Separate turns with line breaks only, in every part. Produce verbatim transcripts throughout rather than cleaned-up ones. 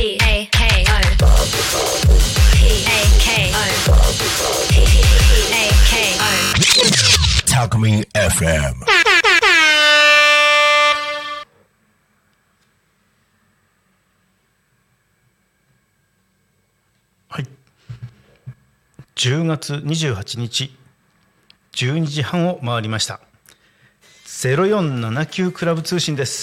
P A K O P A K O P A K O
タコミン エフエム。
はい、じゅうがつにじゅうはちにちじゅうにじはんを回りました。ゼロよんななきゅうクラブ通信です。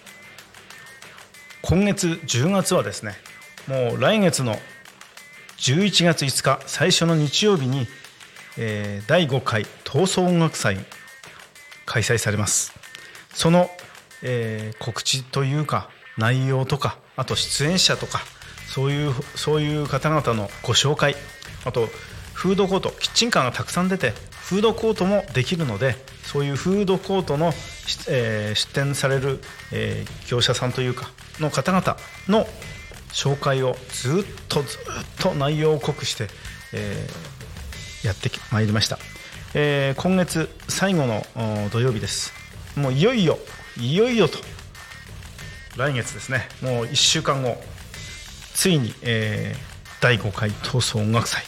今月じゅうがつはですね、もう来月のじゅういちがついつか最初の日曜日に、えー、だいごかい闘争音楽祭開催されます。その、えー、告知というか内容とか、あと出演者とか、そういうそういう方々のご紹介、あとフードコート、キッチンカーがたくさん出てフードコートもできるので、そういうフードコートの、えー、出店される、えー、業者さんというかの方々の紹介をずっとずっと内容を濃くして、えー、やってまいりました。えー、今月最後の土曜日です。もういよいよいよいよと来月ですね、もういっしゅうかんご、ついに、えー、だいごかい闘争音楽祭、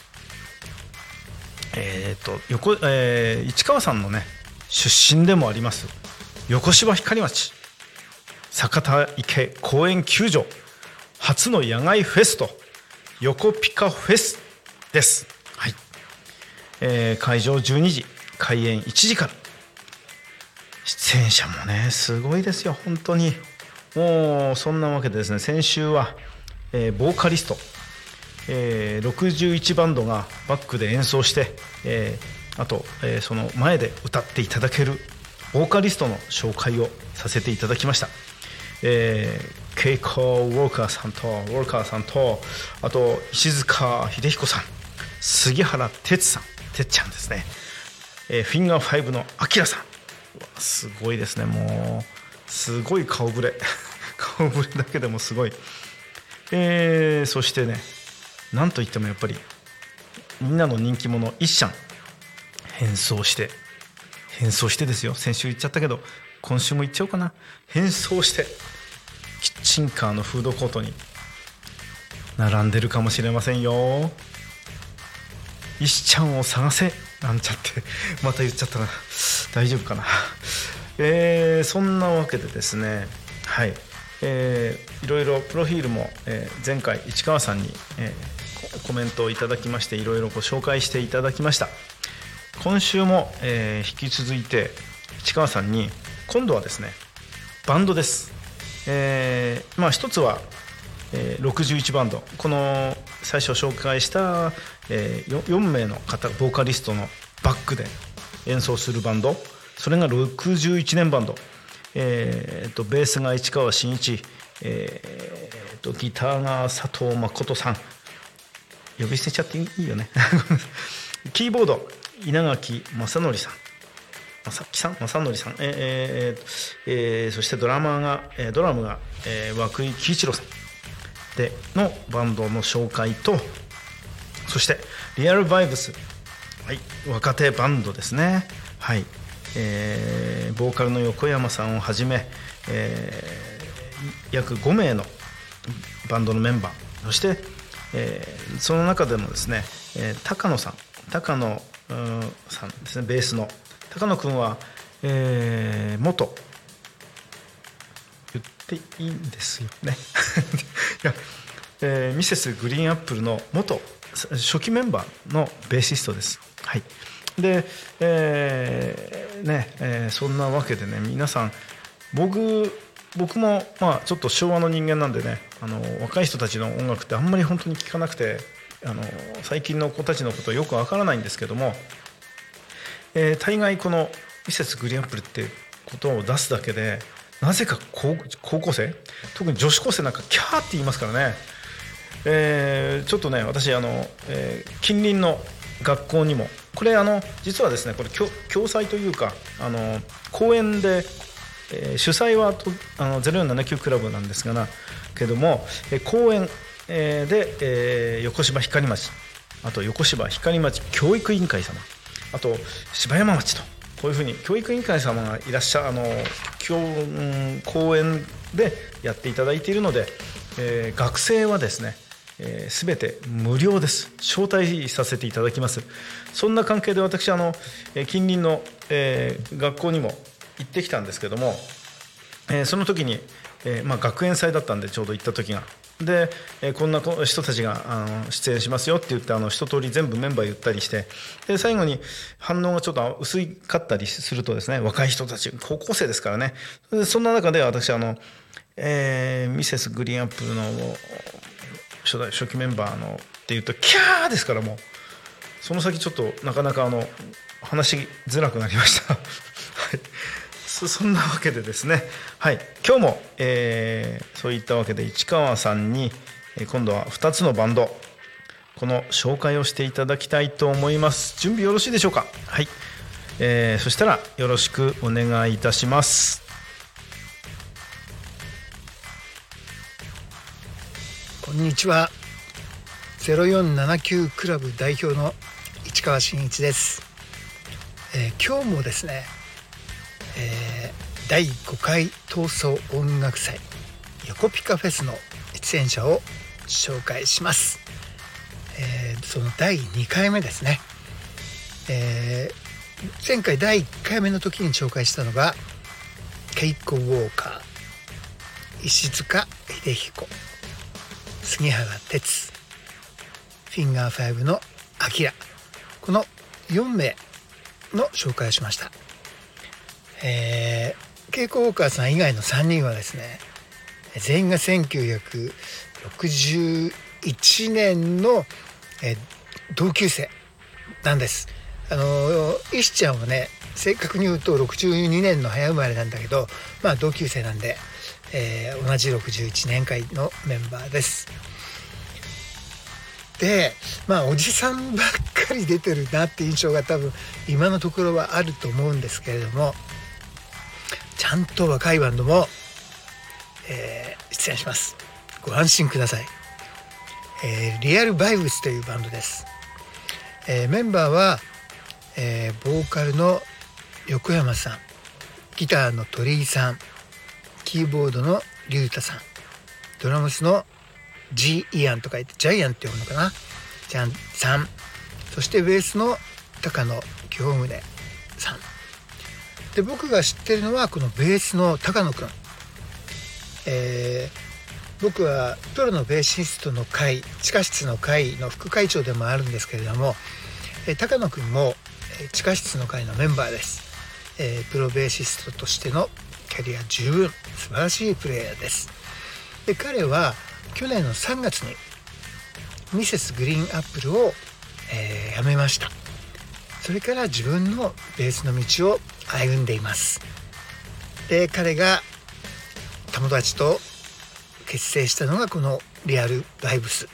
えーと横えー、市川さんのね出身でもあります横芝光町酒田池公園球場初の野外フェスと横ピカフェスです。はい、えー、会場じゅうにじ、開演いちじから。出演者もねすごいですよ本当に。もうそんなわけでですね、先週は、えー、ボーカリスト、えー、ろくじゅういちバンドがバックで演奏して、えー、あと、えー、その前で歌っていただけるボーカリストの紹介をさせていただきました。えー、ケイコウォーカーさんとウォーカーさんと、あと石塚秀彦さん、杉原哲さん、哲ちゃんですね、えー、フィンガーファイブのアキラさん、すごいですね。もうすごい顔ぶれ顔ぶれだけでもすごい。えー、そしてね、なんといってもやっぱりみんなの人気者イッシャン変装して変装してですよ、先週言っちゃったけど今週も言っちゃおうかな。変装してキッチンカーのフードコートに並んでるかもしれませんよ。イッシャンを探せなんちゃってまた言っちゃったな、大丈夫かな。えー、そんなわけでですね、はい、えー、いろいろプロフィールも、えー、前回市川さんに、えー、コメントをいただきまして、いろいろご紹介していただきました。今週も、えー、引き続いて市川さんに今度はですねバンドです。えー、まあ一つは、えー、ろくじゅういちバンド、この最初紹介した、えー、よんめいの方ボーカリストのバックで演奏するバンド、それがろくじゅういちねんバンド、えー、とベースが市川真一、えー、とギターが佐藤誠さん、呼び捨てちゃっていいよねキーボード稲垣正則さん、正木さん、正則さん、えーえー、そしてドラマーが、えー、ドラムが、えー、涌井喜一郎さんでのバンドの紹介と、そしてリアルバイブス、はい、若手バンドですね。はい、えー、ボーカルの横山さんをはじめ、えー、約ごめいのバンドのメンバー、そして、えー、その中でもですね、えー、高野さん高野さんですね、ベースの高野くんは、えー、元言っていいんですよねいや、えー、ミセスグリーンアップルの元初期メンバーのベーシストです。はい、で、えーねえー、そんなわけでね、皆さん、僕僕も、まあ、ちょっと昭和の人間なんでね、あの若い人たちの音楽ってあんまり本当に聞かなくて、あの最近の子たちのことよくわからないんですけども、えー、大概このミセスグリーンアップルってことを出すだけで、なぜか 高, 高校生、特に女子高生なんかキャーって言いますからね。えー、ちょっとね、私あの、えー、近隣の学校にも、これあの実はですね、これ共催というか、あの公園で、えー、主催はとあのゼロよんななきゅうクラブなんですがなけども、えー、公園、えー、で、えー、横芝光町、あと横芝光町教育委員会様、あと柴山町と、こういうふうに教育委員会様がいらっしゃる、あの教、うん、公園でやっていただいているので、 えー、学生はですね、えー、全て無料です。招待させていただきます。そんな関係で私あの近隣の、えー、学校にも行ってきたんですけども、えー、その時に、えーまあ、学園祭だったんでちょうど行った時がで、えー、こんな人たちがあの出演しますよって言ってあの一通り全部メンバー言ったりして、で最後に反応がちょっと薄いかったりするとですね、若い人たち高校生ですからね、でそんな中で私あの、えー、ミセスグリーンアップルの初代初期メンバーのって言うとキャーですから、もうその先ちょっとなかなかあの話しづらくなりましたはい、そ, そんなわけでですね、はい、今日も、えー、そういったわけで市川さんに、えー、今度はふたつのバンドこの紹介をしていただきたいと思います。準備よろしいでしょうか。はい、えー、そしたらよろしくお願いいたします。
こんにちは。ゼロよんななきゅうクラブ代表の市川真一です。えー、今日もですね、えー、だいごかい闘争音楽祭横ピカフェスの出演者を紹介します。えー、そのだいにかいめですね。えー、前回だいいっかいめの時に紹介したのがケイコ・ウォーカー、石塚秀彦、杉原哲、フィンガーファイブのアキラ、このよんめいの紹介をしました。えー、ケイコ・ウォーカーさん以外のさんにんはですね、全員がせんきゅうひゃくろくじゅういちねんの、えー、同級生なんです。あの石ちゃんはね、正確に言うとろくじゅうにねんの早生まれなんだけど、まあ同級生なんで、えー、同じろくじゅういちねんかいのメンバーです。で、まあおじさんばっかり出てるなって印象が多分今のところはあると思うんですけれども、ちゃんと若いバンドも、えー、出演します。ご安心ください。えー、リアルバイブスというバンドです。えー、メンバーは、えー、ボーカルの横山さん、ギターの鳥居さん、キーボードの龍太さん、ドラムスのジーイアンと書いてジャイアンって読むのかな、ジャンさん、そしてベースの高野京宗さんで、僕が知ってるのはこのベースの高野くん、えー、僕はプロのベーシストの会、地下室の会の副会長でもあるんですけれども、えー、高野くんも地下室の会のメンバーです。えー、プロベーシストとしてのキャリア十分素晴らしいプレイヤーです。で、彼は去年のさんがつにミセスグリーンアップルを、えー、辞めました。それから自分のベースの道を歩んでいます。で、彼が友達と結成したのがこのリアルバイブス、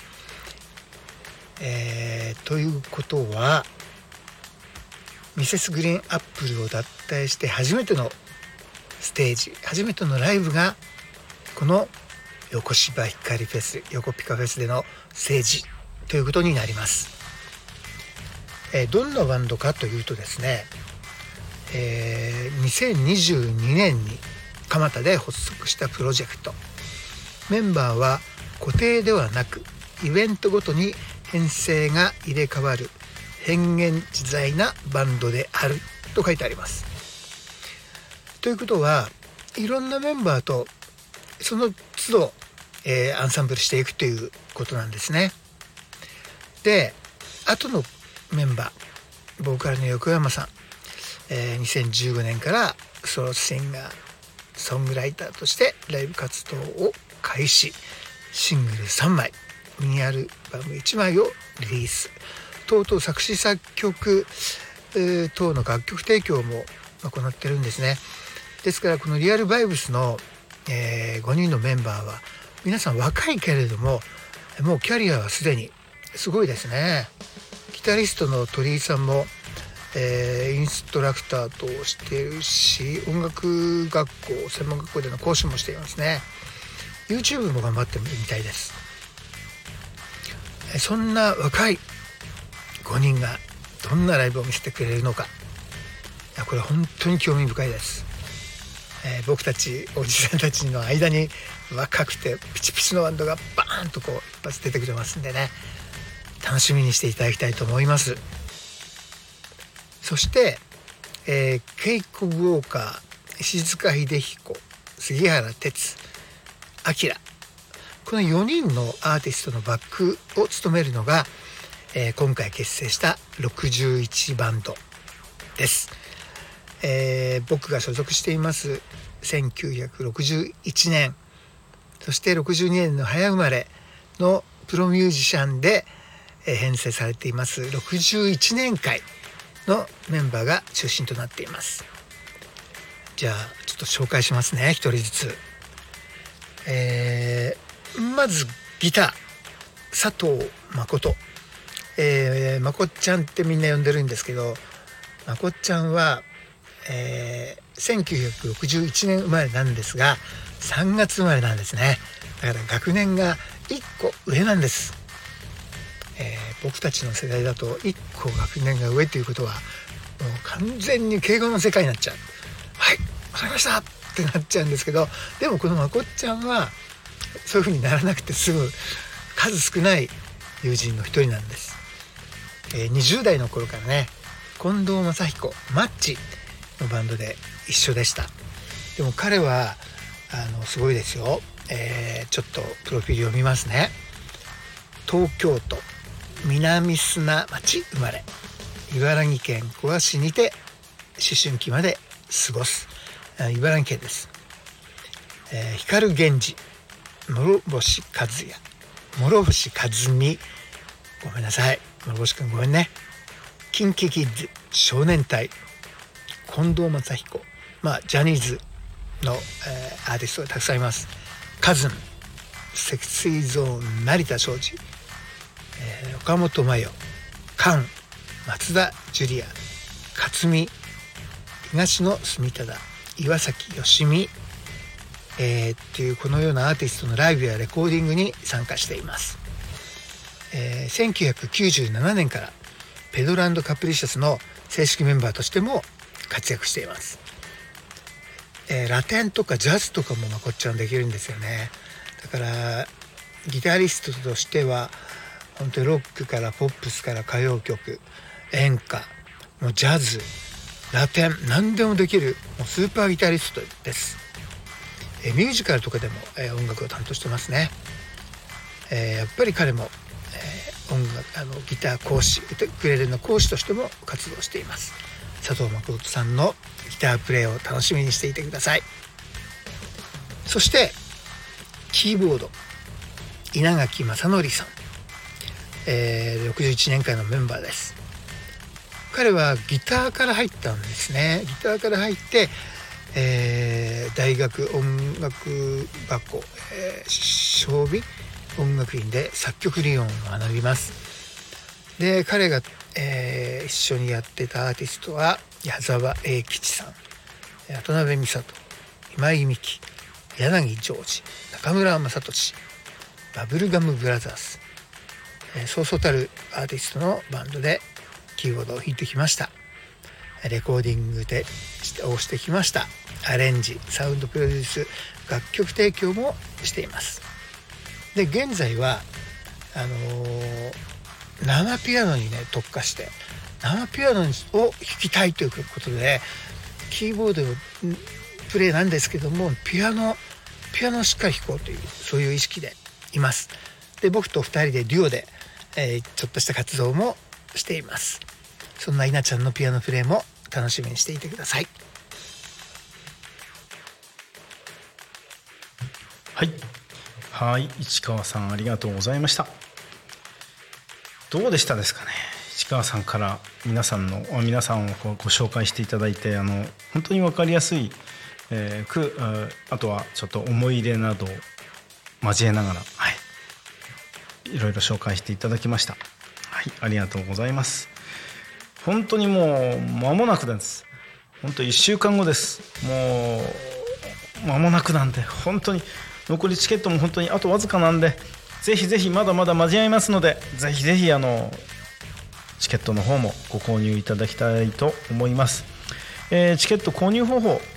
えー、ということはミセスグリーンアップルを脱退して初めてのステージ、初めてのライブがこの横芝光フェス、横ピカフェスでのステージということになります。えー、どんなバンドかというとですね、えー、にせんにじゅうにねんに蒲田で発足したプロジェクト。メンバーは固定ではなくイベントごとに編成が入れ替わる変幻自在なバンドであると書いてあります。ということはいろんなメンバーとその都度、えー、アンサンブルしていくということなんですね。で、後のメンバー、ボーカルの横山さん、えー、にせんじゅうごねんからソロシンガーソングライターとしてライブ活動を開始、シングルさんまい、ミニアルバムいちまいをリリース、とうとう作詞作曲、えー、等の楽曲提供も行ってるんですね。ですからこのリアルバイブスの、えー、ごにんのメンバーは皆さん若いけれどももうキャリアはすでにすごいですね。ギタリストの鳥居さんも、えー、インストラクターとしているし、音楽学校専門学校での講師もしていますね。 YouTube も頑張ってるみたいです。そんな若いごにんがどんなライブを見せてくれるのか、いやこれ本当に興味深いです。 えー、僕たちおじさんたちの間に若くてピチピチのバンドがバーンとこう一発出てくれますんでね、楽しみにしていただきたいと思います。そして、えー、ケイコ・ウォーカー、石塚秀彦、杉原哲、明、このよにんのアーティストのバックを務めるのが、えー、今回結成したろくじゅういちバンドです。えー、僕が所属していますせんきゅうひゃくろくじゅういちねん、そしてろくじゅうにねんの早生まれのプロミュージシャンで、えー、編成されていますろくじゅういちねん会のメンバーが中心となっています。じゃあちょっと紹介しますね、一人ずつ。えー、まずギター佐藤誠、えー、まこっちゃんってみんな呼んでるんですけど、まこっちゃんは、えー、せんきゅうひゃくろくじゅういちねん生まれなんですがさんがつ生まれなんですね。だから学年がいっこ上なんです。えー、僕たちの世代だといっこ学年が上ということはもう完全に敬語の世界になっちゃう。はい、わかりましたってなっちゃうんですけど、でもこのまこっちゃんはそういう風にならなくて済む数少ない友人の一人なんです。えー、にじゅう代の頃からね、近藤正彦マッチのバンドで一緒でした。でも彼はあのすごいですよ。えー、ちょっとプロフィール読みますね。東京都南砂町生まれ、茨城県古河市にて思春期まで過ごす。茨城県です。えー、光源氏、諸星和也、諸星和美、ごめんなさい、諸星くんごめんね。キンキキッズ、少年隊、近藤正彦、まあジャニーズの、えー、アーティストがたくさんいます。カズン、セクシーゾーン成田庄司、えー、岡本真代、カン、松田ジュリア、勝美、東野住忠、岩崎よしみ、えー、っていうこのようなアーティストのライブやレコーディングに参加しています。えー、せんきゅうひゃくきゅうじゅうななねんからペドラ&カプリシャスの正式メンバーとしても活躍しています。えー、ラテンとかジャズとかもまこっちゃんできるんですよね。だからギタリストとしては本当にロックからポップスから歌謡曲、演歌、もうジャズ、ラテン、何でもできるもうスーパーギタリストです。えー、ミュージカルとかでも、えー、音楽を担当してますね。えー、やっぱり彼も、えー、音楽あのギター講師、ウクレレの講師としても活動しています。佐藤誠さんのギタープレイを楽しみにしていてください。そしてキーボード稲垣正則さん、えー、ろくじゅういちねんかいのメンバーです。彼はギターから入ったんですね。ギターから入って、えー、大学音楽学校、えー、小美音楽院で作曲理論を学びます。で彼が、えー、一緒にやってたアーティストは矢沢永吉さん、渡辺美里、今井美樹、柳ジョージ、中村雅俊、バブルガムブラザーズ、えー、そうそうたるアーティストのバンドでキーボードを弾いてきました。レコーディングでをしてきました。アレンジ、サウンドプロデュース、楽曲提供もしています。で現在はあのー、生ピアノにね特化して生ピアノを弾きたいということでキーボードをプレイなんですけどもピアノピアノをしっかり弾こうというそういう意識でいます。で僕とふたりでデュオで、えー、ちょっとした活動もしています。そんな稲ちゃんのピアノプレイも楽しみにしていてください。
はいはい市川さんありがとうございました。どうでしたですかね。市川さんから皆さんの皆さんをこうご紹介していただいてあの本当に分かりやすい、えー、く あ, あとはちょっと思い入れなどを交えながら、はい、いろいろ紹介していただきました。はい、ありがとうございます。本当にもう間もなくです。本当いっしゅうかんごです。もう間もなくなんで本当に残りチケットも本当にあとわずかなんでぜひぜひまだまだ間に合いますのでぜひぜひあのチケットの方もご購入いただきたいと思います。えー、チケット購入方法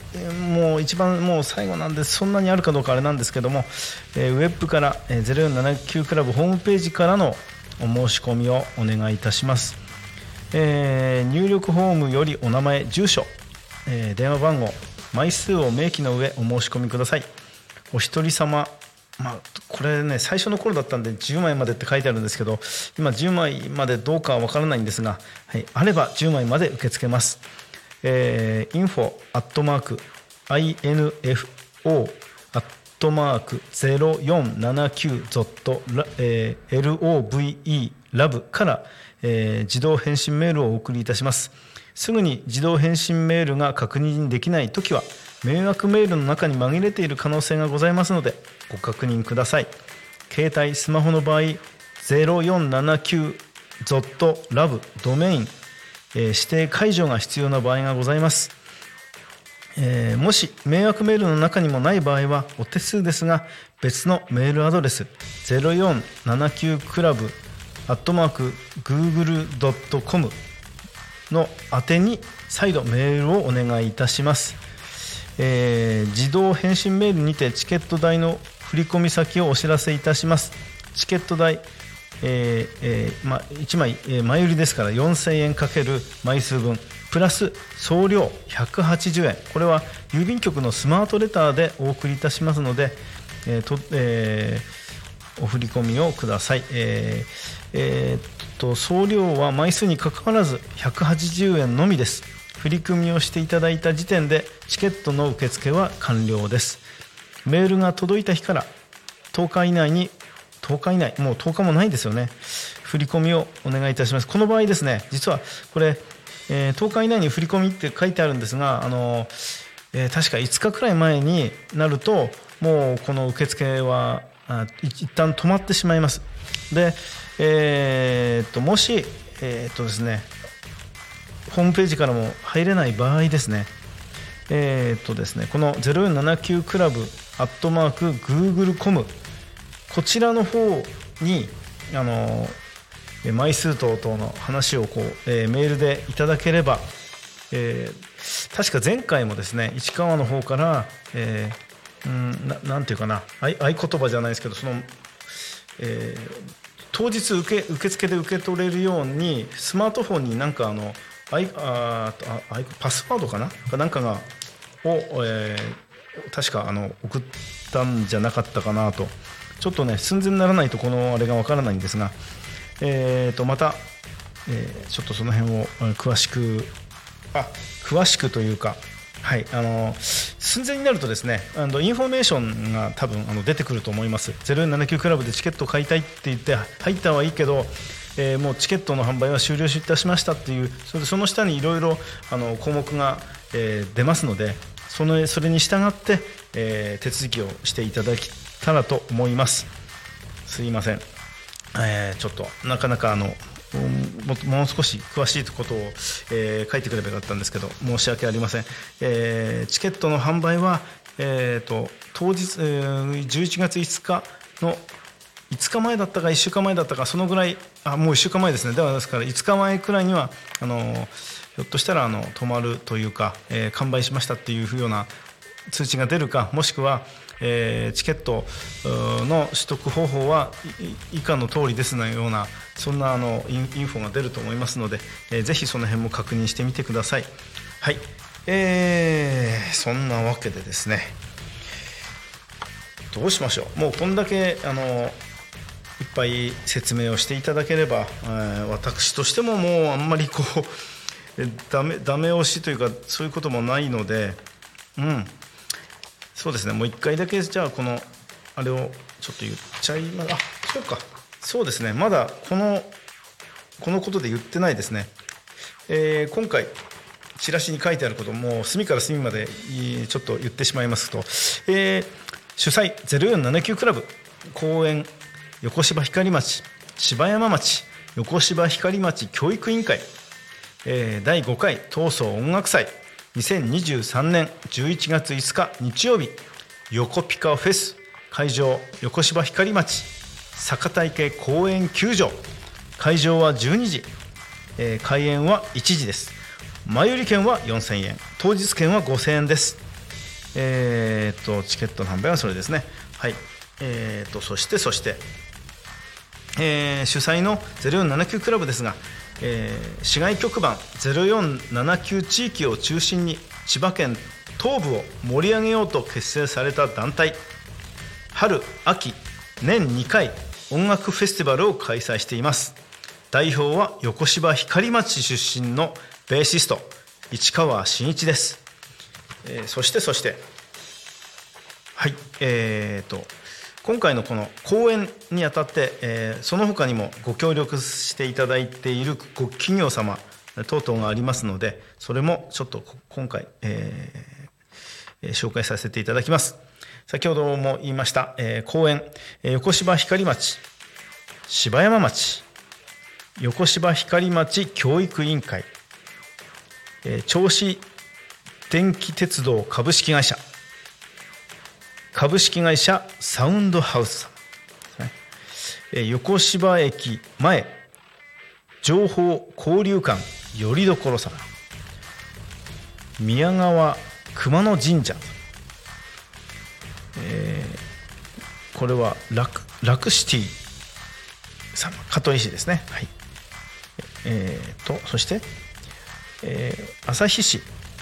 えー、もう一番もう最後なんでそんなにあるかどうかあれなんですけども、えー、ウェブから、えー、ゼロよんななきゅうクラブホームページからのお申し込みをお願いいたします。えー、入力フォームよりお名前、住所、えー、電話番号、枚数を明記の上お申し込みください。お一人様、まあ、これね最初の頃だったんでじゅうまいまでって書いてあるんですけど、今じゅうまいまでどうかは分からないんですが、はい、あればじゅうまいまで受け付けます。えー、インフォ アットマーク アイエヌエフオー アットマーク ゼロよんななきゅう ゾット えー、エルオーブイイー ラブ から、えー、自動返信メールをお送りいたします。すぐに自動返信メールが確認できないときは迷惑メールの中に紛れている可能性がございますのでご確認ください。携帯スマホの場合 ゼロよんななきゅう ゾット ラブ ドメイン、えー、指定解除が必要な場合がございます。えー、もし迷惑メールの中にもない場合はお手数ですが別のメールアドレス ゼロよんななきゅうクラブ アットマーク グーグル ドットコム の宛に再度メールをお願いいたします。えー、自動返信メールにてチケット代の振込先をお知らせいたします。チケット代、えーえーま、いちまい、えー、前売りですからよんせんえんかける枚数分プラス送料ひゃくはちじゅうえん、これは郵便局のスマートレターでお送りいたしますので、えーとえー、お振り込みをください。えーえー、と送料は枚数にかかわらずひゃくはちじゅうえんのみです。振り込みをしていただいた時点でチケットの受付は完了です。メールが届いた日からとおか以内にとおか以内もうとおかもないですよね、振り込みをお願いいたします。この場合ですね、実はこれ、えー、とおか以内に振り込みって書いてあるんですが、あの、えー、確かいつかくらい前になるともうこの受付はあ一旦止まってしまいます。で、えー、っともし、えー、っとですねホームページからも入れない場合ですね、えー、っとですねこのゼロよんななきゅうクラブアットマーク グーグル ドットコム こちらの方にあの枚数等々の話をこう、えー、メールでいただければ、えー、確か前回もですね市川の方から、えー、うんななんていうかな合言葉じゃないですけどその、えー、当日受け受付で受け取れるようにスマートフォンになんかあのあいああパスワードかななんかがを、えー、確かあの送ったんじゃなかったかなと、ちょっとね寸前にならないとこのあれがわからないんですが、えー、とまた、えー、ちょっとその辺を詳しくあ詳しくというか、はい、あの寸前になるとですねあのインフォメーションが多分あの出てくると思います。ゼロよんななきゅうクラブでチケットを買いたいって言って入ったはいいけど、えー、もうチケットの販売は終了いたしましたっていう、それでその下にいろいろ項目が、えー、出ますので、そのそれに従って、えー、手続きをしていただけたらと思います。すいません、えー、ちょっとなかなかあのも, もう少し詳しいことを、えー、書いてくればよかったんですけど申し訳ありません。えー、チケットの販売は、えー、と当日、えー、じゅういちがついつかのいつかまえだったかいっしゅうかんまえだったかそのぐらい、あもういっしゅうかんまえですね。ではですからいつかまえくらいにはあのひょっとしたらあの止まるというか、えー、完売しましたっていうような通知が出るか、もしくは、えー、チケットの取得方法は以下の通りですのようなそんなあのインフォが出ると思いますので、えー、ぜひその辺も確認してみてください。はい、えー、そんなわけでですねどうしましょう。もうこんだけあのいっぱい説明をしていただければ、えー、私としてももうあんまりこうダメ、ダメ押しというかそういうこともないので、うんそうですね、もういっかいだけじゃあこのあれをちょっと言っちゃいます。あそうかそうですね、まだこのこのことで言ってないですね。えー、今回チラシに書いてあることも隅から隅までちょっと言ってしまいますと、えー、主催ゼロよんななきゅうクラブ公演横芝光町芝山町横芝光町教育委員会、えー、だいごかい闘争音楽祭にせんにじゅうさんねんじゅういちがついつか日曜日横ピカフェス会場横芝光町酒田池公園球場、会場はじゅうにじ、えー、開演はいちじです。前売り券はよんせんえん、当日券はごせんえんです。 えー、とチケットの販売はそれですね。はい。えー、とそしてそして、えー、主催のゼロよんななきゅうクラブですが、えー、市外局番ゼロよんななきゅう地域を中心に千葉県東部を盛り上げようと結成された団体、春秋年にかい音楽フェスティバルを開催しています。代表は横芝光町出身のベーシスト市川真一です。えー、そしてそしてはい、えー、と今回のこの公演にあたって、えー、その他にもご協力していただいているご企業様等々がありますので、それもちょっと今回、えー、紹介させていただきます。先ほども言いました、えー、公演、えー、横芝光町、柴山町、横芝光町教育委員会、えー、銚子電気鉄道株式会社、株式会社サウンドハウスさんですね、えー、横芝駅前情報交流館よりどころさん、宮川熊野神社、えー、これはラク、ラクシティさん、香取市ですね。はい。えー、とそして、えー、旭市、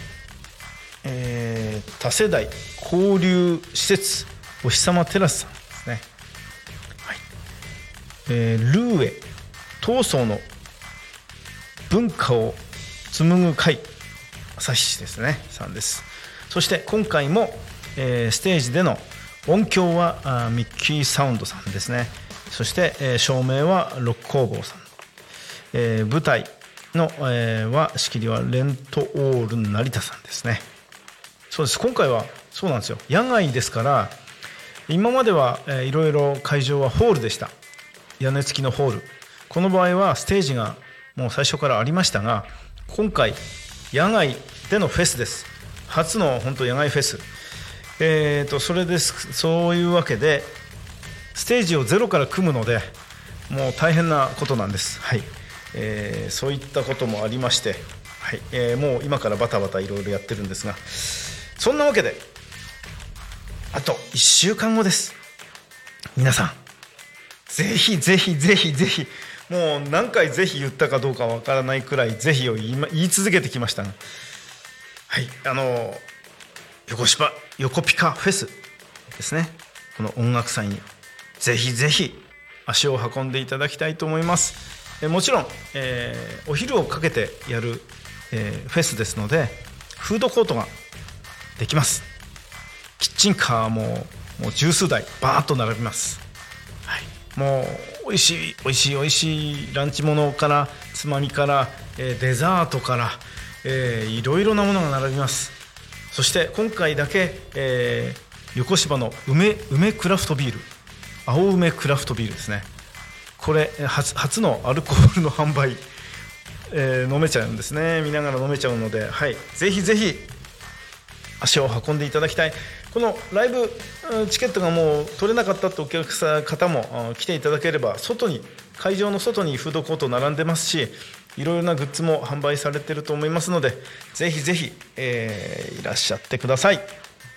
えー、多世代交流施設お日様テラスさんですね。はい。えー、ルーエ東総の文化を紡ぐ会旭市ですねさんです。そして今回も、えー、ステージでの音響はあミッキーサウンドさんですね。そして、えー、照明はロック工房さん、えー、舞台の、えー、は仕切りはレントオール成田さんですね。そうです。今回はそうなんですよ、野外ですから。今までは、えー、いろいろ会場はホールでした。屋根付きのホール。この場合はステージがもう最初からありましたが、今回野外でのフェスです。初の本当野外フェス、えー、とそれです。そういうわけでステージをゼロから組むのでもう大変なことなんです。はい。えー、そういったこともありまして、はい。えー、もう今からバタバタいろいろやってるんですが、そんなわけであといっしゅうかんごです。皆さんぜひぜひぜひぜひ、もう何回ぜひ言ったかどうかわからないくらいぜひを言い、言い続けてきましたが、はい、あの横芝横ピカフェスですね、この音楽祭にぜひぜひ足を運んでいただきたいと思います。えもちろん、えー、お昼をかけてやる、えー、フェスですのでフードコートができます。キッチンカーももう十数台バーッと並びます。はい、もう美味しい美味しい美味しいランチものからつまみから、えー、デザートから、えー、いろいろなものが並びます。そして今回だけ、えー、横芝の梅梅クラフトビール、青梅クラフトビールですね。これ 初, 初のアルコールの販売、えー、飲めちゃうんですね。見ながら飲めちゃうので、はい、ぜひぜひ足を運んでいただきたい。このライブチケットがもう取れなかったとお客さん方も来ていただければ、外に会場の外にフードコート並んでますし、いろいろなグッズも販売されていると思いますので、ぜひぜひ、えー、いらっしゃってください。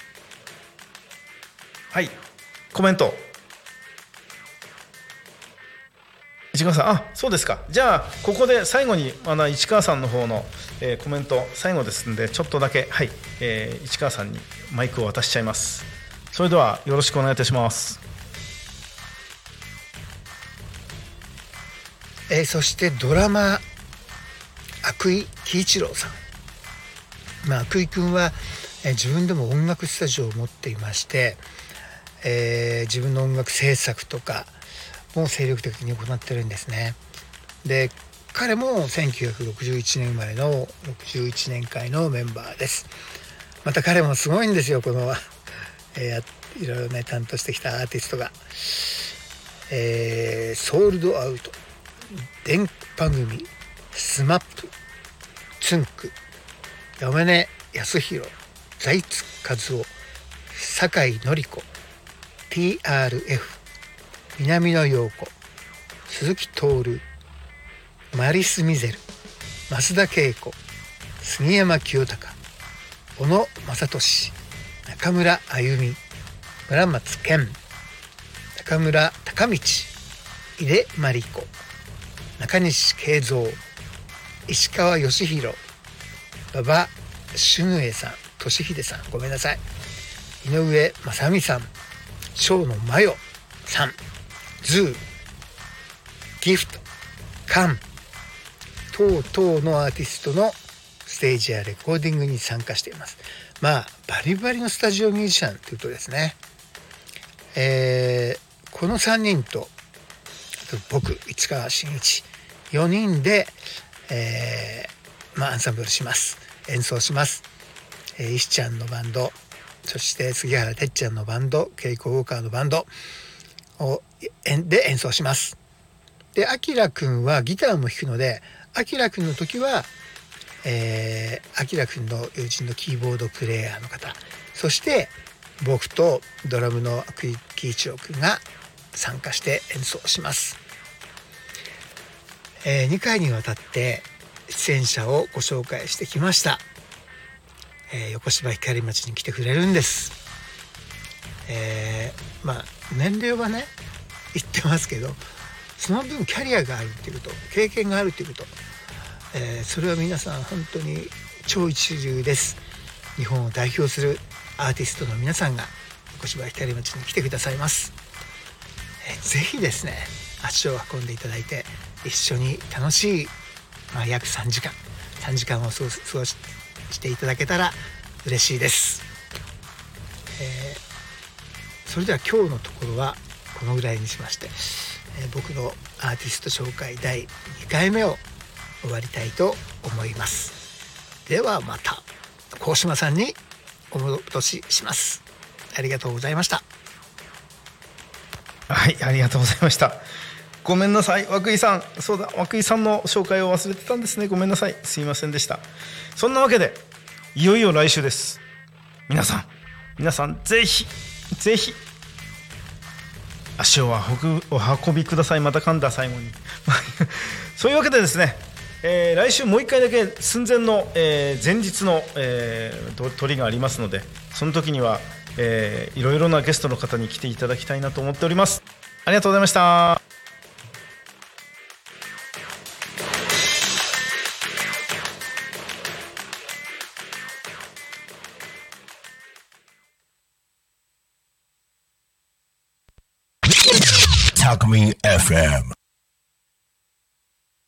はい、コメント市川さん、あ、そうですか。じゃあここで最後にあの市川さんの方の、えー、コメント最後ですので、ちょっとだけ、はい、えー、市川さんにマイクを渡しちゃいます。それではよろしくお願いいたします。
えー、そしてドラマ涌井喜一郎さん、まあ、涌井君は、えー、自分でも音楽スタジオを持っていまして、えー、自分の音楽制作とかも精力的に行ってるんですね。で、彼もせんきゅうひゃくろくじゅういちねん生まれのろくじゅういちねん会のメンバーです。また彼もすごいんですよ、この、えー、いろいろね担当してきたアーティストが、えー、ソールドアウト、電波組、スマップ、つんく、山根康弘、財津和夫、酒井紀子、 ティーアールエフ、 南野陽子、鈴木徹、マリス・ミゼル、増田恵子、杉山清隆、小野正俊、 中村あゆみ、村松健、中村孝道、井出真理子、中西慶三、石川義弘、馬場俊英さん、俊秀さん、ごめんなさい、井上正美さん、生野真代さん、ズー、ギフト、カン等々のアーティストのステージやレコーディングに参加しています。まあバリバリのスタジオミュージシャンというとですね、えー、このさんにんと僕市川真一よにんで、えーまあ、アンサンブルします。演奏します。えー、石ちゃんのバンド、そして杉原てっちゃんのバンド、ケイコウォーカーのバンドをで演奏します。で、あきらくんはギターも弾くので、あきらくんの時はえー、あきらくんの友人のキーボードプレーヤーの方、そして僕とドラムの久井貴一郎くんが参加して演奏します。えー、にかいにわたって出演者をご紹介してきました。えー、横芝光町に来てくれるんです。えー、まあ年齢はね言ってますけど、その分キャリアがあるっていうこと、経験があるっていうこと、えー、それは皆さん本当に超一流です。日本を代表するアーティストの皆さんが横芝光町に来てくださいます。えー、ぜひですね足を運んでいただいて一緒に楽しい、まあ、約さんじかんさんじかんを過ごす過ごしていただけたら嬉しいです。えー、それでは今日のところはこのぐらいにしまして、えー、僕のアーティスト紹介だいにかいめを終わりたいと思います。ではまた高島さんにお戻しします。ありがとうございました。
はい、ありがとうございました。ごめんなさい、涌井さん。そうだ、涌井さんの紹介を忘れてたんですね。ごめんなさい、すいませんでした。そんなわけでいよいよ来週です。皆さん皆さんぜひぜひ足をお運びください。また噛んだ最後にそういうわけでですね、えー、来週もう一回だけ寸前の、えー、前日の、えー、撮りがありますので、その時には、えー、いろいろなゲストの方に来ていただきたいなと思っております。ありがとうございました。
タクミン エフエム